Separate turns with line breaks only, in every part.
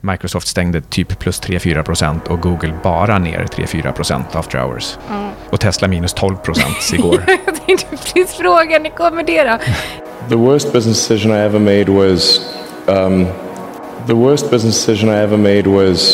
Microsoft stängde typ plus 3-4% och Google bara ner 3-4% after hours. Och Tesla minus 12% igår.
Jag tänkte precis fråga, ni kommer det då?
The worst business decision I ever made was The worst business decision I ever made was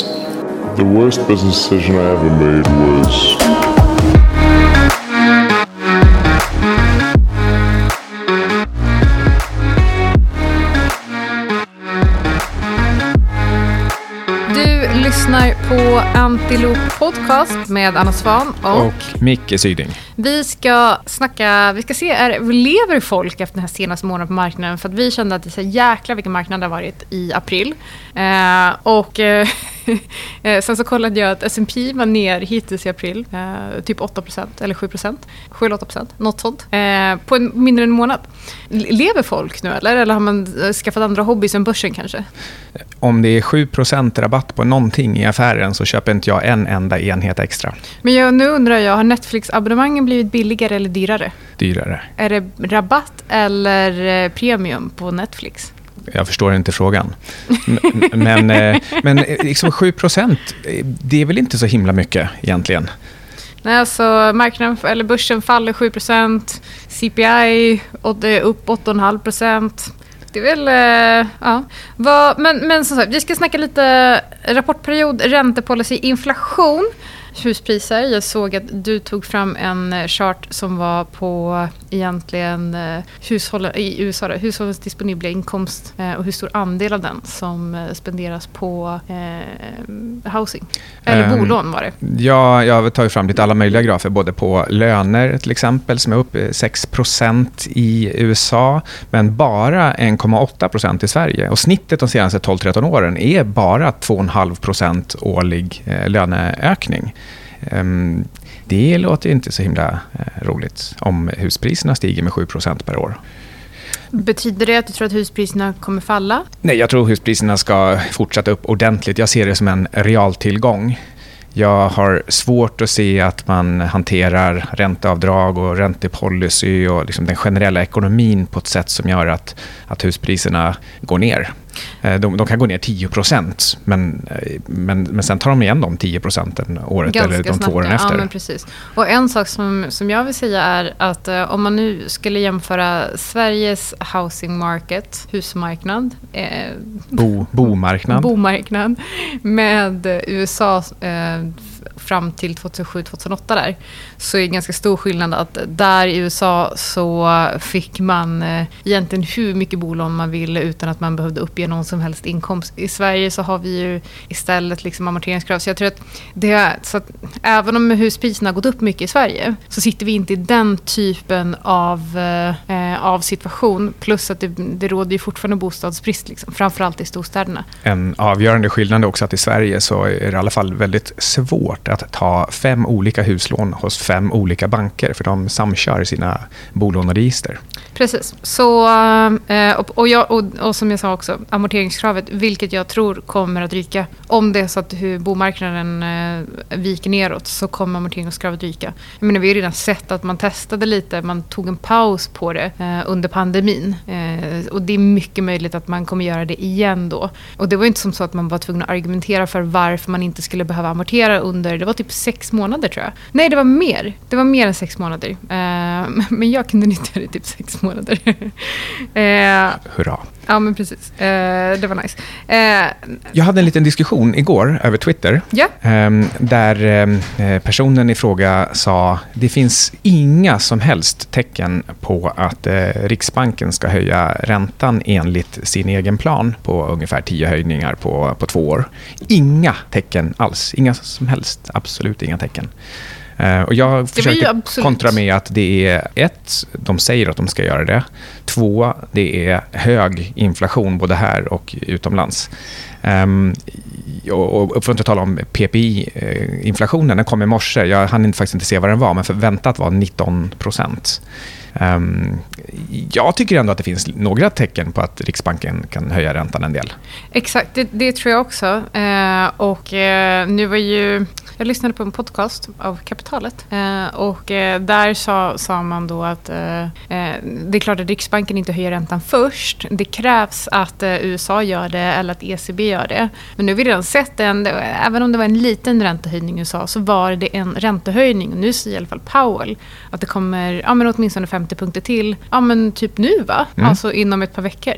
Du lyssnar på Antiloop Podcast med Anna Svan
och Micke Syding.
Vi ska se, lever folk efter den här senaste månaden på marknaden? För att vi kände att det är så jäkla vilken marknad det har varit i april. Sen så kollade jag att S&P var ner hittills i april, typ 8% eller 7%, 7-8%, något sånt, på mindre än en månad. Lever folk nu eller har man skaffat andra hobbys än börsen kanske?
Om det är 7% rabatt på någonting i affären så köper inte jag en enda enhet extra.
Men nu undrar jag, har Netflix-abonnemangen blivit billigare eller dyrare?
Dyrare.
Är det rabatt eller premium på Netflix?
Jag förstår inte frågan. Men liksom 7%, det är väl inte så himla mycket egentligen.
Nej, alltså marknaden eller börsen faller 7%, CPI upp 8,5%. Det är väl, ja. Men som sagt, vi ska snacka lite rapportperiod, räntepolicy, inflation, huspriser. Jag såg att du tog fram en chart som var på egentligen hushållen i USA, hushållens disponibla inkomst och hur stor andel av den som spenderas på housing. Eller bolån var det.
Ja, jag har tagit fram lite alla möjliga grafer, både på löner till exempel som är upp 6% i USA, men bara 1,8% i Sverige. Och snittet de senaste 12-13 åren är bara 2,5% årlig löneökning. Det låter ju inte så himla roligt om huspriserna stiger med 7% per år.
Betyder det att du tror att huspriserna kommer falla?
Nej, jag tror huspriserna ska fortsätta upp ordentligt. Jag ser det som en realtillgång. Jag har svårt att se att man hanterar ränteavdrag och räntepolicy och liksom den generella ekonomin på ett sätt som gör att huspriserna går ner. De kan gå ner 10%, men sen tar de igen de 10% året
ganska
eller de
snabbt,
2 åren efter.
Ja, men precis. Och en sak som jag vill säga är att om man nu skulle jämföra Sveriges housing market, husmarknad, bomarknad med USA fram till 2007-2008 där, så är det ganska stor skillnad att där i USA så fick man egentligen hur mycket bolån man ville utan att man behövde uppge någon som helst inkomst. I Sverige så har vi ju istället liksom amorteringskrav. Så jag tror att, så att även om huspriserna har gått upp mycket i Sverige så sitter vi inte i den typen av situation. Plus att det råder ju fortfarande bostadsbrist, liksom, framförallt i storstäderna. En
avgörande skillnad är också att i Sverige så är det i alla fall väldigt svårt att ta 5 olika huslån hos 5 olika banker, för de samkör sina bolåneregister.
Precis. Så, och som jag sa också, amorteringskravet, vilket jag tror kommer att ryka. Om det är så att hur bomarknaden viker neråt så kommer amorteringskravet ryka. Jag menar, vi har redan sett att man testade lite, man tog en paus på det under pandemin. Och det är mycket möjligt att man kommer göra det igen då. Och det var inte som så att man var tvungen att argumentera för varför man inte skulle behöva amortera under, det var typ 6 månader tror jag. Nej, det var mer. Det var mer än 6 månader. Men jag kunde nyttja det typ 6 månader.
Hurra.
Ja, men precis. Det var nice.
Jag hade en liten diskussion igår över Twitter.
Yeah.
Där personen i fråga sa det finns inga som helst tecken på att Riksbanken ska höja räntan enligt sin egen plan på ungefär 10 höjningar på 2 år. Inga tecken alls. Inga som helst. Absolut inga tecken. Och jag försöker kontra med att det är 1, de säger att de ska göra det. 2, det är hög inflation både här och utomlands. Och för att inte tala om PPI-inflationen, den kom i morse. Jag hann faktiskt inte se vad den var, men förväntat var 19%. Jag tycker ändå att det finns några tecken på att Riksbanken kan höja räntan en del.
Exakt, det tror jag också. Nu var jag lyssnade på en podcast av Kapitalet och där sa man då att det är klart att Riksbanken inte höjer räntan först. Det krävs att USA gör det eller att ECB gör det. Men nu har vi redan sett även om det var en liten räntehöjning i USA så var det en räntehöjning. Och nu säger i alla fall Powell att det kommer åtminstone 50 punkter till. Typ nu va? Alltså inom ett par veckor.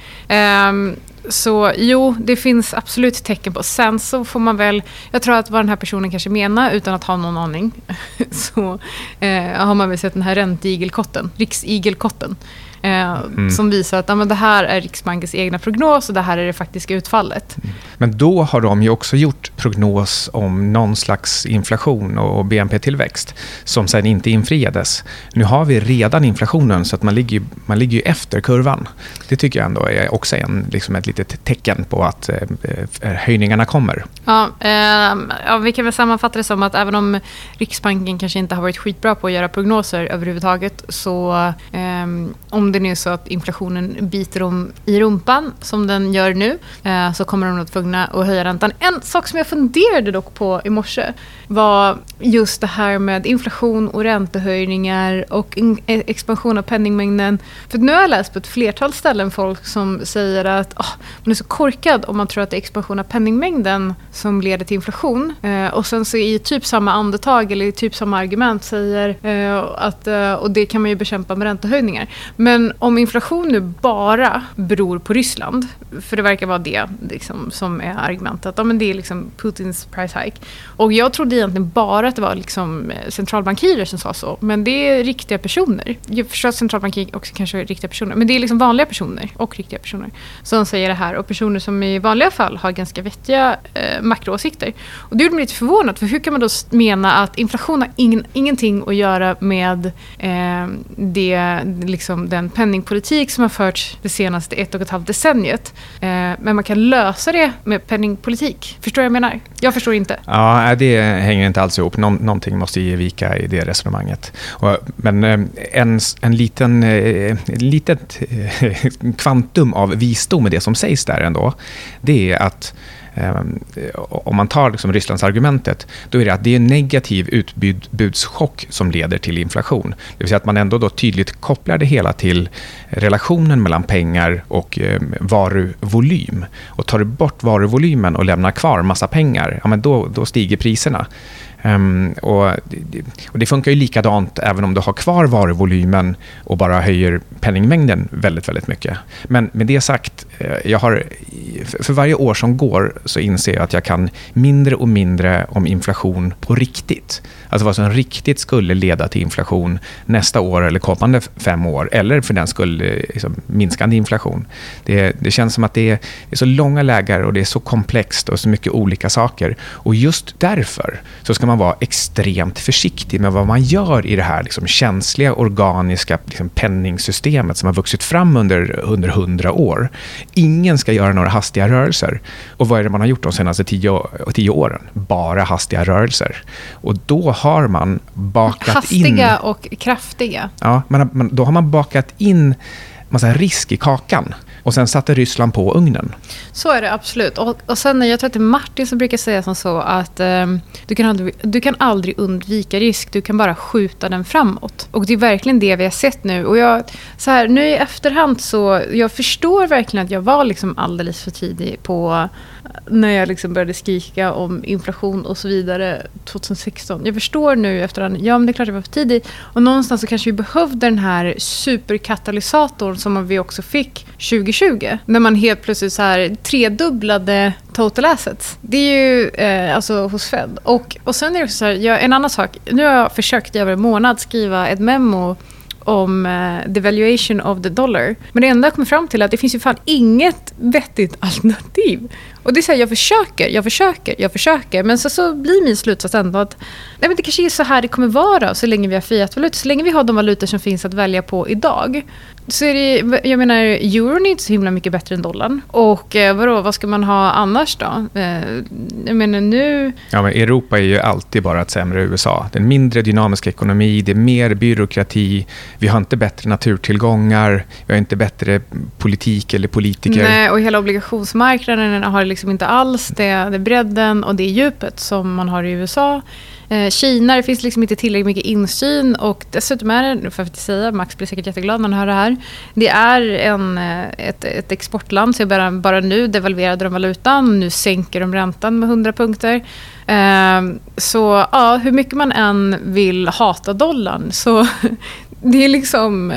Så jo, det finns absolut tecken på. Sen så får man väl, jag tror att vad den här personen kanske menar utan att ha någon aning, så har man väl sett den här ränteigelkotten, riksigelkotten. Som visar att det här är Riksbankens egna prognos och det här är det faktiska utfallet.
Men då har de ju också gjort prognos om någon slags inflation och BNP-tillväxt som sen inte infriades. Nu har vi redan inflationen så att man ligger ju efter kurvan. Det tycker jag ändå är också ett litet tecken på att höjningarna kommer.
Ja, vi kan väl sammanfatta det som att även om Riksbanken kanske inte har varit skitbra på att göra prognoser överhuvudtaget så om det nu är så att inflationen biter dem i rumpan som den gör nu så kommer de att tvungna att höja räntan. En sak som jag funderade dock på i morse var just det här med inflation och räntehöjningar och expansion av penningmängden. För nu har jag läst på ett flertal ställen folk som säger att man är så korkad om man tror att det är expansion av penningmängden som leder till inflation. Och sen så i typ samma andetag eller i typ samma argument säger att och det kan man ju bekämpa med räntehöjningar. Men om inflation nu bara beror på Ryssland, för det verkar vara det liksom, som är argumentet, men det är liksom Putins price hike. Och jag trodde egentligen bara att det var liksom centralbankirer som sa så, men det är riktiga personer. Jag förstår att centralbankirer också kanske är riktiga personer, men det är liksom vanliga personer och riktiga personer som säger det här och personer som i vanliga fall har ganska vettiga makroåsikter. Och det gjorde mig lite förvånad, för hur kan man då mena att inflation har ingenting att göra med liksom den penningpolitik som har förts det senaste 1,5 decenniet. Men man kan lösa det med penningpolitik. Förstår jag menar? Jag förstår inte.
Ja, det hänger inte alls ihop. Någonting måste ge vika i det resonemanget. Men en litet kvantum av visdom med det som sägs där ändå, det är att om man tar liksom Rysslands argumentet, då är det att det är en negativ utbudschock som leder till inflation. Det vill säga att man ändå då tydligt kopplar det hela till relationen mellan pengar och varuvolym. Och tar du bort varuvolymen och lämnar kvar massa pengar, men då stiger priserna. Och det funkar ju likadant även om du har kvar varuvolymen och bara höjer penningmängden väldigt, väldigt mycket. Men med det sagt, för varje år som går så inser jag att jag kan mindre och mindre om inflation på riktigt. Alltså vad som riktigt skulle leda till inflation nästa år eller kommande 5 år, eller för den skull liksom minskande inflation. Det känns som att det är så långa läger och det är så komplext och så mycket olika saker. Och just därför så ska man vara extremt försiktig med vad man gör i det här liksom känsliga, organiska liksom penningsystemet som har vuxit fram under 100 år. Ingen ska göra några hastiga rörelser. Och vad är det man har gjort de senaste 10 åren? Bara hastiga rörelser. Och då har man bakat
hastiga och kraftiga.
Ja, då har man bakat in massa risk i kakan. Och sen satte Ryssland på ugnen.
Så är det absolut. Och sen jag tror att det är Martin som brukar säga som så att du kan aldrig undvika risk. Du kan bara skjuta den framåt. Och det är verkligen det vi har sett nu. Och nu i efterhand så jag förstår verkligen att jag var liksom alldeles för tidig på när jag liksom började skrika om inflation och så vidare 2016. Jag förstår nu i efterhand, men det är klart jag var för tidig. Och någonstans så kanske vi behövde den här superkatalysatorn som vi också fick 2020. När man helt plötsligt så här tredubblade total assets. Det är ju alltså hos Fed. Och sen är det också så här, en annan sak. Nu har jag försökt i över en månad skriva ett memo om the valuation of the dollar. Men det enda jag kommer fram till är att det finns ju fan inget vettigt alternativ. Och det är så här, jag försöker. Men så blir min slutsats ändå att men det kanske är så här det kommer vara så länge vi har fiatvalutor. Så länge vi har de valutor som finns att välja på idag. Så är det, jag menar, euron är inte så himla mycket bättre än dollarn. Och vad ska man ha annars då? Jag menar nu...
Ja, men Europa är ju alltid bara ett sämre USA. Det är en mindre dynamisk ekonomi, det är mer byråkrati. vi har inte bättre naturtillgångar, vi har inte bättre politik eller politiker.
Nej, och hela obligationsmarknaden har liksom inte alls det bredden och det djupet som man har i USA. Kina, det finns liksom inte tillräckligt mycket insyn och dessutom är det, för att säga, Max blir säkert jätteglad när han hör det här, det är ett exportland, så bara nu devalverade de valutan, nu sänker de räntan med 100 punkter. Så ja, hur mycket man än vill hata dollarn, så det är liksom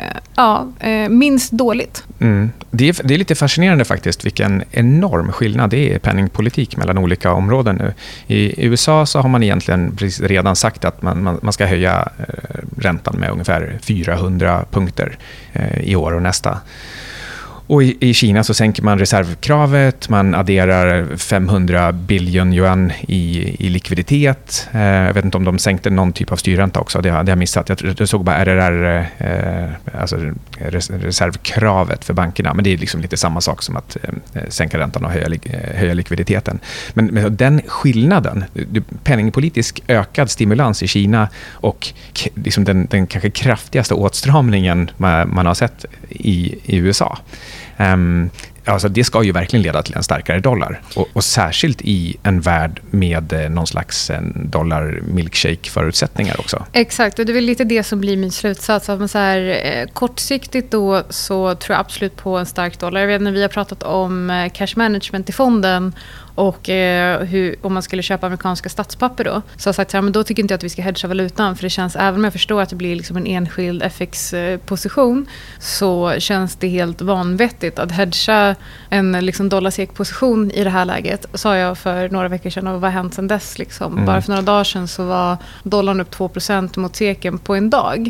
minst dåligt.
Det är lite fascinerande faktiskt vilken enorm skillnad det är i penningpolitik mellan olika områden nu. I USA så har man egentligen precis redan sagt att man ska höja räntan med ungefär 400 punkter i år och nästa. Och i Kina så sänker man reservkravet, man adderar 500 billion yuan i likviditet. Jag vet inte om de sänkte någon typ av styrränta också, det har jag missat. Jag såg bara RRR, alltså reservkravet för bankerna, men det är liksom lite samma sak som att sänka räntan och höja likviditeten. Men den skillnaden, penningpolitisk ökad stimulans i Kina och liksom den kanske kraftigaste åtstramningen man har sett i USA. Alltså det ska ju verkligen leda till en starkare dollar och särskilt i en värld med någon slags dollar-milkshake-förutsättningar också.
Exakt, och det är väl lite det som blir min slutsats. Att man så här, kortsiktigt då så tror jag absolut på en stark dollar. Jag vet när vi har pratat om cash management i fonden och om man skulle köpa amerikanska statspapper då, så har jag sagt så här, men då tycker inte jag att vi ska hedga valutan, för det känns, även om jag förstår att det blir liksom en enskild FX-position, så känns det helt vanvettigt att hedga en liksom dollarsek-position i det här läget, sa jag för några veckor sedan, och vad har hänt sedan dess liksom? Bara för några dagar sedan så var dollarn upp 2% mot seken på en dag.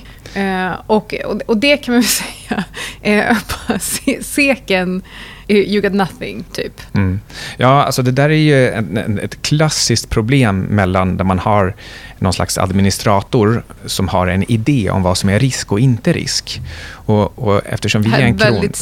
Och det kan man väl säga seken, you got nothing, typ.
Ja, alltså det där är ju ett klassiskt problem mellan där man har någon slags administrator som har en idé om vad som är risk och inte risk. Och eftersom vi är en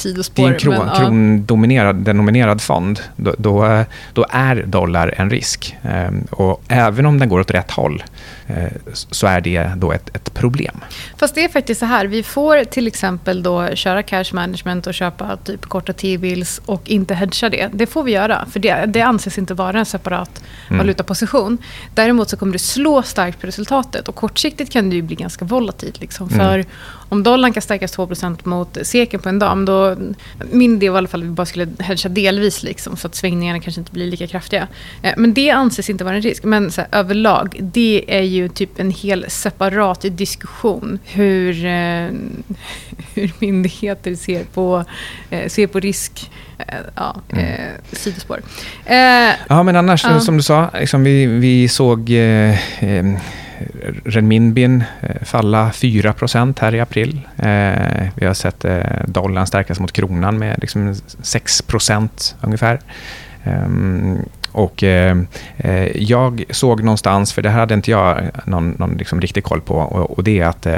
krondominerad fond, då är dollar en risk. Och även om den går åt rätt håll så är det då ett problem.
Fast det är faktiskt så här, vi får till exempel då köra cash management och köpa typ korta T-bills och inte hedga det. Det får vi göra, för det anses inte vara en separat valutaposition. Däremot så kommer det slå starkt på resultatet, och kortsiktigt kan det ju bli ganska volatilt liksom, för om dollarn kan stärkas 2% mot seken på en dag, då min idé var i alla fall att vi bara skulle hedga delvis liksom, så att svängningarna kanske inte blir lika kraftiga. Men det anses inte vara en risk. Men så här, överlag, det är ju typ en hel separat diskussion hur myndigheter ser på risk. Sidospår.
Ja, men annars som du sa, liksom, vi såg renminbin falla 4% här i april. Vi har sett dollarn stärkas mot kronan med liksom 6% ungefär. Och jag såg någonstans, för det här hade inte jag någon liksom riktig koll på, och det är att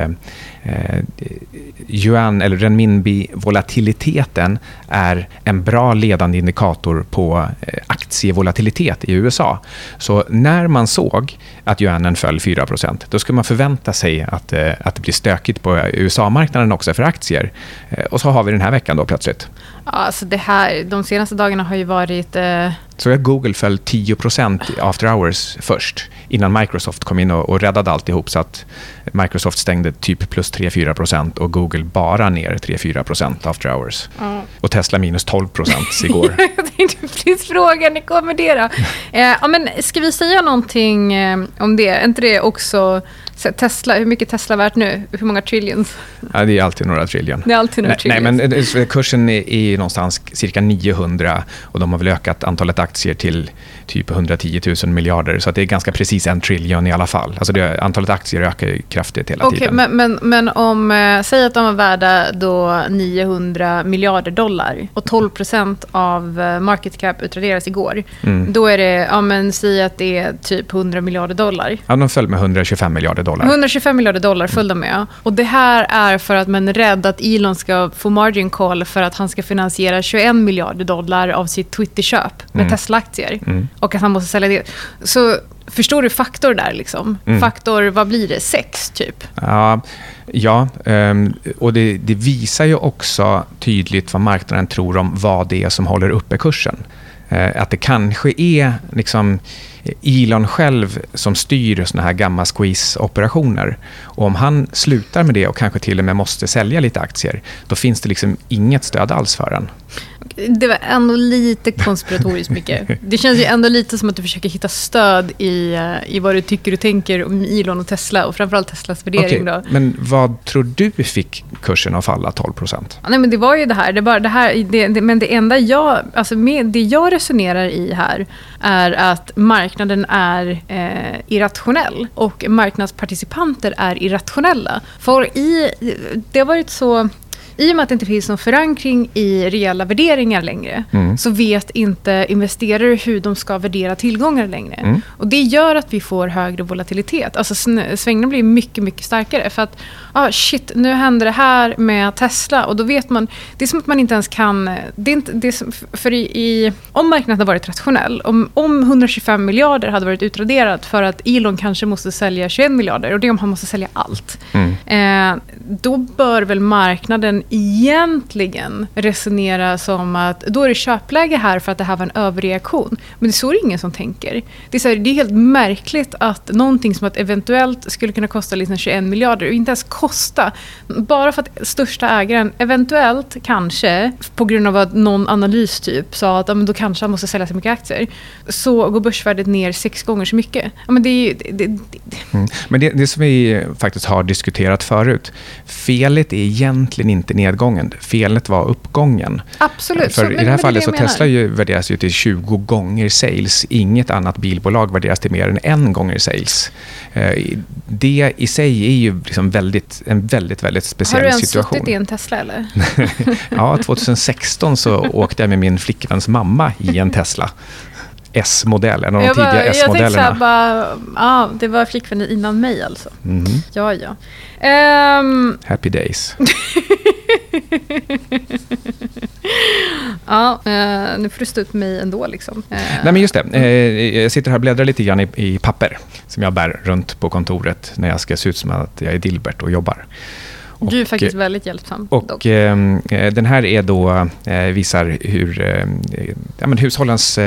yuan eller renminbi-volatiliteten är en bra ledande indikator på aktievolatilitet i USA. Så när man såg att yuanen föll 4%, då skulle man förvänta sig att det blir stökigt på USA-marknaden också för aktier. Och så har vi den här veckan då plötsligt.
Ja, alltså det här, de senaste dagarna har ju varit...
Så att Google föll 10% after hours först, innan Microsoft kom in och räddade alltihop, så att Microsoft stängde typ plus 3-4% och Google bara ner 3-4% after hours. Och Tesla minus 12% igår.
Jag tänkte precis fråga, ni kommer det då? Men ska vi säga någonting om det? Är inte det också Tesla? Hur mycket Tesla värt nu? Hur många trillions?
Ja, det är alltid några trillion.
Det är alltid några trillions.
Nej, men kursen är någonstans cirka 900, och de har väl ökat antalet aktier till typ 110 000 miljarder, så att det är ganska precis 1 trillion i alla fall. Alltså antalet aktier ökar ju kraftigt hela tiden.
Men om säg att de var värda då 900 miljarder dollar och 12% av market cap utraderas igår. Då är det, säg att det är typ 100 miljarder dollar.
Ja, de föll med 125 miljarder dollar.
125 miljarder dollar följde med. Och det här är för att man är rädd att Elon ska få margin call för att han ska finansiera 21 miljarder dollar av sitt Twitter-köp med Tesla-aktier. Och att han måste sälja det. Så förstår du faktor där liksom? Faktor, vad blir det? 6 typ?
Ja, och det visar ju också tydligt vad marknaden tror om vad det är som håller uppe kursen. Att det kanske är liksom Elon själv som styr såna här gamma squeeze-operationer. Och om han slutar med det och kanske till och med måste sälja lite aktier, då finns det liksom inget stöd alls för den.
Det var ändå lite konspiratoriskt mycket. Det känns ju ändå lite som att du försöker hitta stöd i vad du tycker och tänker om Elon och Tesla, och framförallt Teslas värdering. Då.
Men vad tror du fick kursen att falla 12%?
Nej, men det var ju det här. Men det enda det jag resonerar i här är att marknaden är irrationell och marknadsparticipanter är irrationella. Det har varit så... I och med att det inte finns någon förankring i reella värderingar längre så vet inte investerare hur de ska värdera tillgångar längre. Och det gör att vi får högre volatilitet. Alltså svängningarna blir mycket, mycket starkare. För att, nu händer det här med Tesla. Och då vet man, det är som att man inte ens kan... om marknaden hade varit rationell, om 125 miljarder hade varit utraderat för att Elon kanske måste sälja 21 miljarder, och det är om han måste sälja allt. Då bör väl marknaden egentligen resonera som att då är det köpläge här för att det här var en överreaktion. Men det är så ingen som tänker. Det är helt märkligt att någonting som att eventuellt skulle kunna kosta liksom 21 miljarder och inte ens kosta, bara för att största ägaren eventuellt kanske på grund av att någon analys typ sa att då kanske han måste sälja så mycket aktier, så går börsvärdet ner 6 gånger så mycket. Men
Men det som vi faktiskt har diskuterat förut, felet är egentligen inte nedgången. Felet var uppgången.
Absolut.
För i det här fallet så Tesla värderas ju till 20 gånger sales. Inget annat bilbolag värderas till mer än 1 gånger sales. Det i sig är ju liksom en väldigt, väldigt speciell situation.
Har du ens suttit i en Tesla eller?
Ja, 2016 så åkte jag med min flickväns mamma i en Tesla. S-modell, en av de tidiga S-modellerna.
Jag tänkte det var flickvännen innan mig alltså. Ja.
Happy days.
Nu får du stå ut med mig ändå liksom.
Nej, men just det. Jag sitter här och bläddrar lite grann i papper som jag bär runt på kontoret när jag ska se ut som att jag är Dilbert och jobbar.
Du är faktiskt väldigt hjälpsam.
Och den här är då visar hur hushållens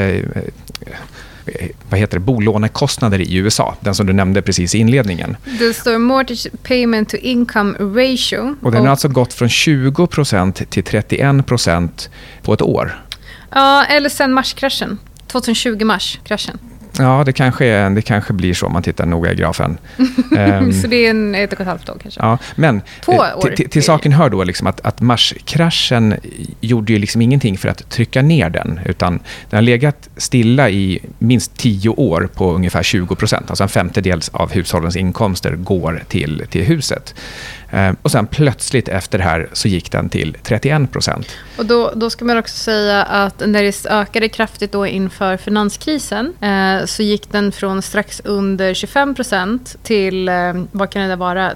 bolånekostnader i USA, den som du nämnde precis i inledningen.
Det står mortgage payment to income ratio.
Och den har alltså gått från 20% till 31% på ett år. Ja,
eller sen marskraschen. 2020 mars-kraschen.
Ja, det kanske blir så om man tittar noga i grafen.
Så det är 1,5 år kanske?
Ja, men
2 år.
Till saken hör då liksom att marskraschen gjorde ju liksom ingenting för att trycka ner den, utan den har legat stilla i minst 10 år på ungefär 20%. Alltså en femtedel av hushållens inkomster går till huset. Och sen plötsligt efter det här så gick den till 31%. Och
då ska man också säga att när det ökade kraftigt då inför finanskrisen så gick den från strax under 25% till, vad kan det vara,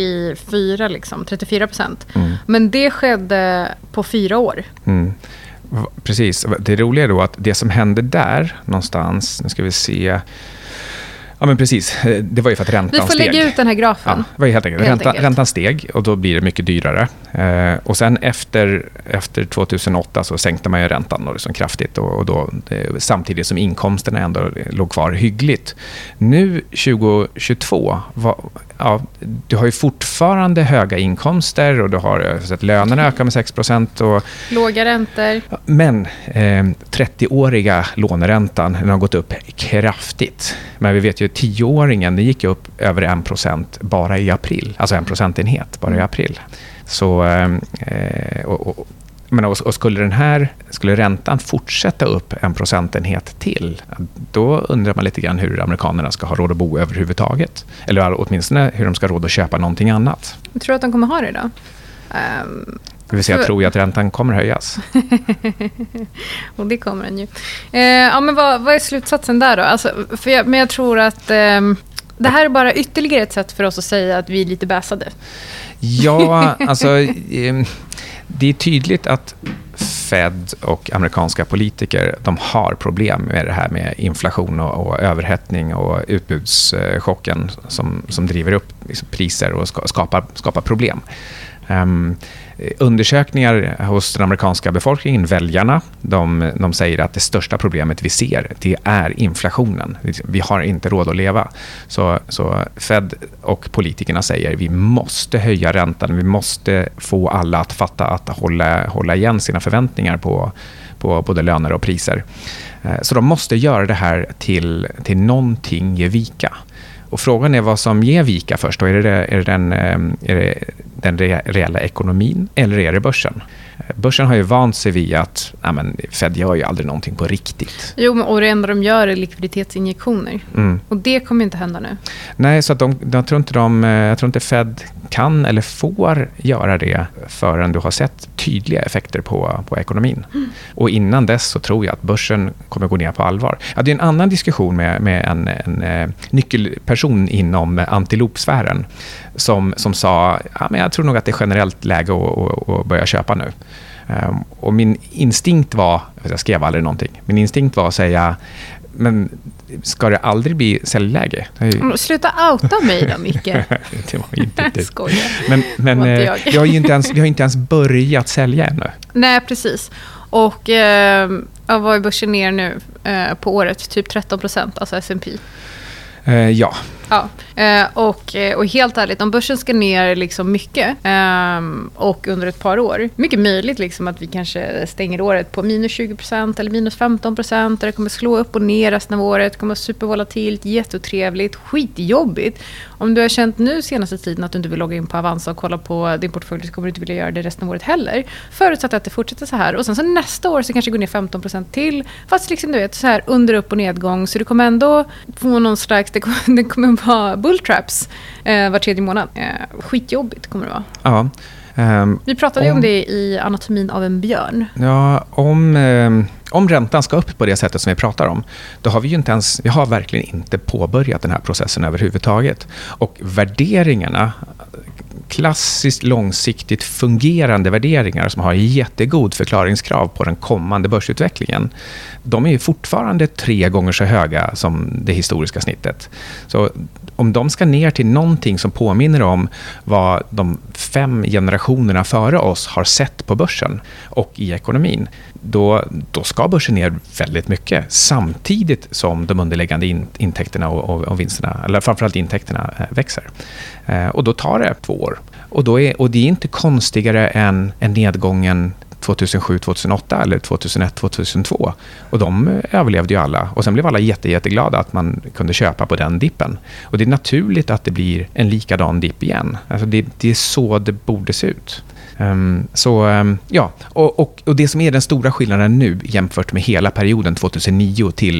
34%. Men det skedde på 4 år.
Precis. Det roliga är då att det som hände där någonstans, nu ska vi se... Ja, men precis. Det var ju för att räntan steg.
Vi får lägga ut den här grafen.
Ja, det var helt enkelt. Räntan steg och då blir det mycket dyrare. Och sen efter 2008 så sänkte man ju räntan då liksom kraftigt och då, samtidigt som inkomsterna ändå låg kvar hyggligt. Nu 2022 du har ju fortfarande höga inkomster och du har sett lönerna öka med 6%. Och,
låga räntor.
Men 30-åriga låneräntan den har gått upp kraftigt. Men vi vet ju 10-åringen den gick upp över 1% bara i april. Alltså 1 procentenhet bara i april. Så, och skulle räntan fortsätta upp 1 procentenhet till, då undrar man lite grann hur amerikanerna ska ha råd att bo överhuvudtaget. Eller åtminstone hur de ska ha råd att köpa någonting annat.
Jag tror att de kommer ha det då.
Det vill säga, jag tror ju att räntan kommer höjas.
Och det kommer den ju. Men vad är slutsatsen där då? Alltså, men jag tror att Det här är bara ytterligare ett sätt för oss att säga att vi är lite bäsade.
Ja, alltså det är tydligt att Fed och amerikanska politiker, de har problem med det här med inflation och överhettning och utbudschocken som driver upp liksom priser och skapar problem. Undersökningar hos den amerikanska befolkningen, väljarna, de säger att det största problemet vi ser, det är inflationen. Vi har inte råd att leva. Så Fed och politikerna säger vi måste höja räntan, vi måste få alla att fatta att hålla igen sina förväntningar på både löner och priser. Så de måste göra det här till någonting ger vika. Och frågan är vad som ger vika först. Då är det den reella ekonomin eller är det börsen? Börsen har ju vant sig vid att Fed gör ju aldrig någonting på riktigt.
Jo, och det enda de gör är likviditetsinjektioner. Och det kommer inte hända nu.
Nej, så att jag tror inte Fed kan eller får göra det förrän du har sett tydliga effekter på ekonomin. Och innan dess så tror jag att börsen kommer gå ner på allvar. Ja, det är en annan diskussion med en nyckelperson inom antilopsfären som sa men jag tror nog att det är generellt läge att börja köpa nu. Och min instinkt var, jag skrev aldrig någonting, min instinkt var att säga men ska det aldrig bli säljläge?
Sluta outa mig då, Micke.
Det var inte det.
Skojar.
Men vi har ju inte ens börjat sälja ännu.
Nej, precis. Och vad är börsen ner nu på året? Typ 13%, alltså S&P.
Ja.
Ja, och helt ärligt, om börsen ska ner liksom mycket och under ett par år, mycket möjligt liksom att vi kanske stänger året på minus 20% eller minus 15%, där det kommer slå upp och ner resten av året, det kommer vara supervolatilt, jättetrevligt, skitjobbigt. Om du har känt nu senaste tiden att du inte vill logga in på Avanza och kolla på din portfölj, så kommer du inte vilja göra det resten av året heller. Förutsatt att det fortsätter så här. Och sen så nästa år så kanske det går ner 15% till, fast liksom du vet så här under upp- och nedgång, så du kommer ändå få någon slags, det kommer vara bulltraps var tredje månad. Skitjobbigt kommer det vara.
Ja.
Vi pratade ju om det i Anatomin av en björn.
Ja, om räntan ska upp på det sättet som vi pratar om, då har vi har verkligen inte påbörjat den här processen överhuvudtaget. Och värderingarna, klassiskt långsiktigt fungerande värderingar som har jättegod förklaringskrav på den kommande börsutvecklingen, de är ju fortfarande 3 gånger så höga som det historiska snittet. Så om de ska ner till någonting som påminner om vad de 5 generationerna före oss har sett på börsen och i ekonomin, då ska börsen ner väldigt mycket, samtidigt som de underliggande intäkterna och vinsterna, eller framförallt intäkterna, växer. Och då tar det 2 år. Och det är inte konstigare än nedgången 2007, 2008 eller 2001, 2002. Och de överlevde ju alla. Och sen blev alla jätteglada att man kunde köpa på den dippen. Och det är naturligt att det blir en likadan dipp igen. Alltså det är så det borde se ut. Ja, och det som är den stora skillnaden nu jämfört med hela perioden 2009 till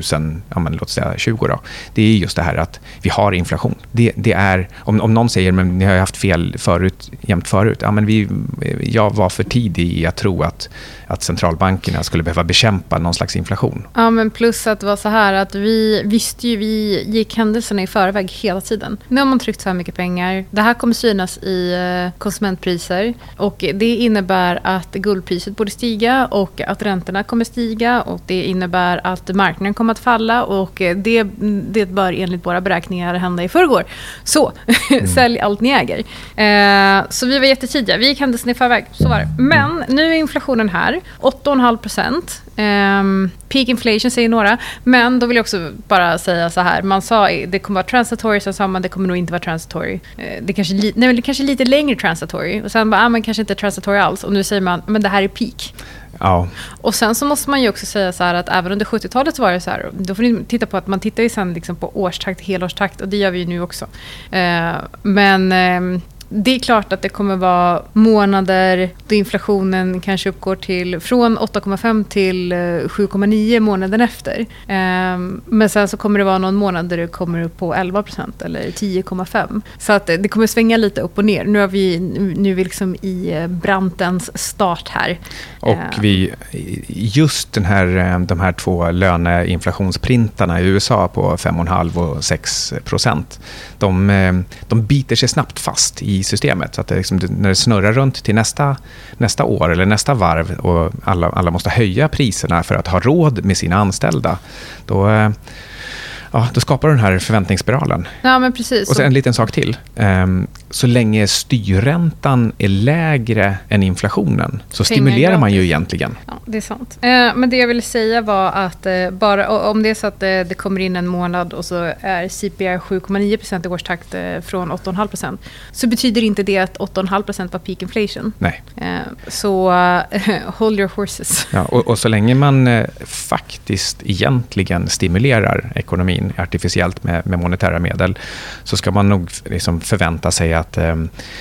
2020 då, det är just det här att vi har inflation. Det är, om någon säger men ni har haft fel jämt förut, ja, men jag var för tidig i att tro att centralbankerna skulle behöva bekämpa någon slags inflation.
Ja, men plus att det var så här att vi gick händelserna i förväg hela tiden. Nu har man tryckt så här mycket pengar. Det här kommer synas i konsumentpriser. Och det innebär att guldpriset borde stiga och att räntorna kommer stiga, och det innebär att marknaden kommer att falla, och det bör enligt våra beräkningar hända i förrgår. Så, sälj allt ni äger. Så vi var jättetidiga. Vi gick händelserna i förväg. Så var det. Men nu är inflationen här. 8,5%. Peak inflation säger några. Men då vill jag också bara säga så här. Man sa det kommer vara transitory, sen sa man det kommer nog inte vara transitory. Det kanske lite längre transitory. Och sen bara, men kanske inte transitory alls. Och nu säger man, men det här är peak.
Ja. Och
sen så måste man ju också säga så här att även under 70-talet så var det så här, då får ni titta på att man tittar ju sen liksom på årstakt, helårstakt, och det gör vi ju nu också. Men det är klart att det kommer vara månader då inflationen kanske uppgår till från 8,5 till 7,9 månaden efter. Men sen så kommer det vara någon månad där det kommer upp på 11% eller 10,5. Så att det kommer svänga lite upp och ner. Nu är vi liksom i brantens start här.
Och just de här 2 löneinflationsprintarna i USA på 5,5 och 6%, de biter sig snabbt fast i systemet. Så att det liksom, när det snurrar runt till nästa år eller nästa varv och alla måste höja priserna för att ha råd med sina anställda, då skapar den här förväntningsspiralen.
Ja, men precis.
Och sen en liten sak till. Så länge styrräntan är lägre än inflationen så stimulerar man ju egentligen.
Ja, det är sant. Men det jag ville säga var att bara om det är så att det kommer in en månad och så är CPI 7,9% i årstakt från 8,5%, så betyder inte det att 8,5% var peak inflation.
Nej.
Så hold your horses.
Ja, och så länge man faktiskt egentligen stimulerar ekonomin artificiellt med monetära medel, så ska man nog liksom förvänta sig att det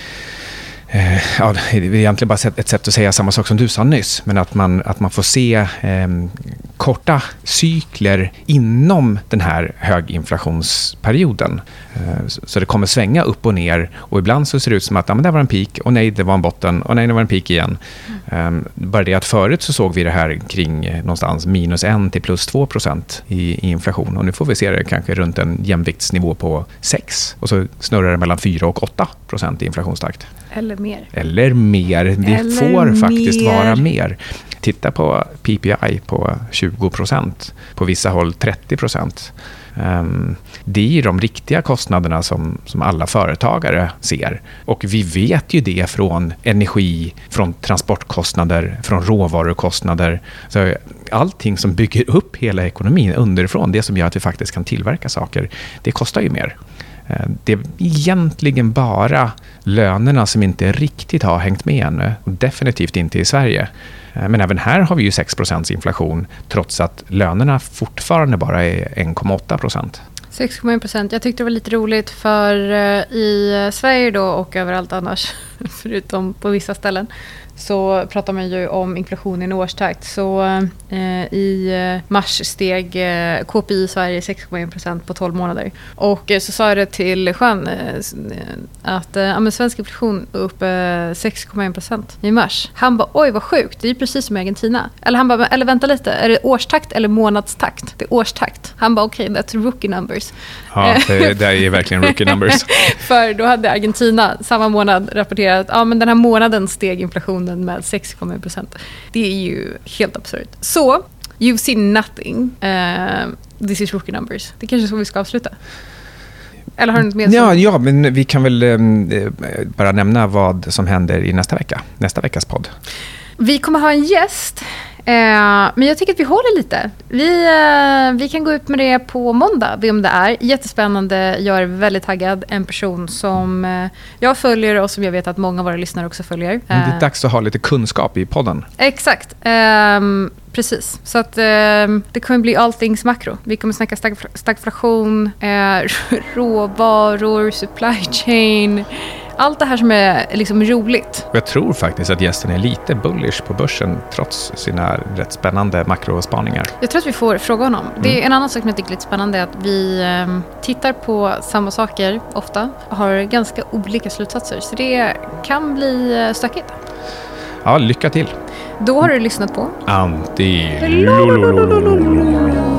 är egentligen bara ett sätt att säga samma sak som du sa nyss, men att man får se korta cykler inom den här höginflationsperioden. Så det kommer svänga upp och ner, och ibland så ser det ut som att det var en peak, och nej, det var en botten, och nej, det var en peak igen. Bara det att förut så såg vi det här kring någonstans -1 till +2% i inflation, och nu får vi se det kanske runt en jämviktsnivå på 6, och så snurrar det mellan 4 och 8% i inflationstakt.
Eller mer.
Det får faktiskt vara mer. Titta på PPI på 20%, på vissa håll 30%. Det är de riktiga kostnaderna som alla företagare ser. Och vi vet ju det från energi, från transportkostnader, från råvarukostnader. Så allting som bygger upp hela ekonomin underifrån, det som gör att vi faktiskt kan tillverka saker, det kostar ju mer. Det är egentligen bara lönerna som inte riktigt har hängt med ännu. Och definitivt inte i Sverige. Men även här har vi ju 6% inflation, trots att lönerna fortfarande bara är 1,8%.
6,1%. Jag tyckte det var lite roligt, för i Sverige då och överallt annars, förutom på vissa ställen, så pratar man ju om inflation i en årstakt. Så i mars steg KPI i Sverige 6,1% på 12 månader. Och så sa jag det till Jean att svensk inflation upp 6,1% i mars. Han bara, oj vad sjukt, det är ju precis som i Argentina. Eller han bara, eller vänta lite, är det årstakt eller månadstakt? Det är årstakt. Han bara, okej, that's rookie numbers.
Ja, det är verkligen rookie numbers.
För då hade Argentina samma månad rapporterat att den här månaden steg inflationen med 6,1%. Det är ju helt absurt. Så, you've seen nothing. This is rookie numbers. Det är kanske så vi ska avsluta. Eller har du något mer?
Ja, men vi kan väl bara nämna vad som händer i nästa veckas podd. Vi
kommer ha en gäst. Men jag tycker att vi håller lite. Vi kan gå ut med det på måndag, vem det är. Jättespännande, jag är väldigt taggad. En person som jag följer och som jag vet att många av våra lyssnare också följer.
Det är dags att ha lite kunskap i podden.
Exakt, precis. Så att det kommer bli all things makro. Vi kommer snacka stagflation, råvaror, supply chain. Allt det här som är liksom roligt.
Jag tror faktiskt att gästen är lite bullish på börsen trots sina rätt spännande makrospaningar.
Jag tror att vi får fråga honom. Det är en annan sak som jag tycker är lite spännande, att vi tittar på samma saker ofta och har ganska olika slutsatser. Så det kan bli stökigt.
Ja, lycka till.
Då har du lyssnat på
Anti.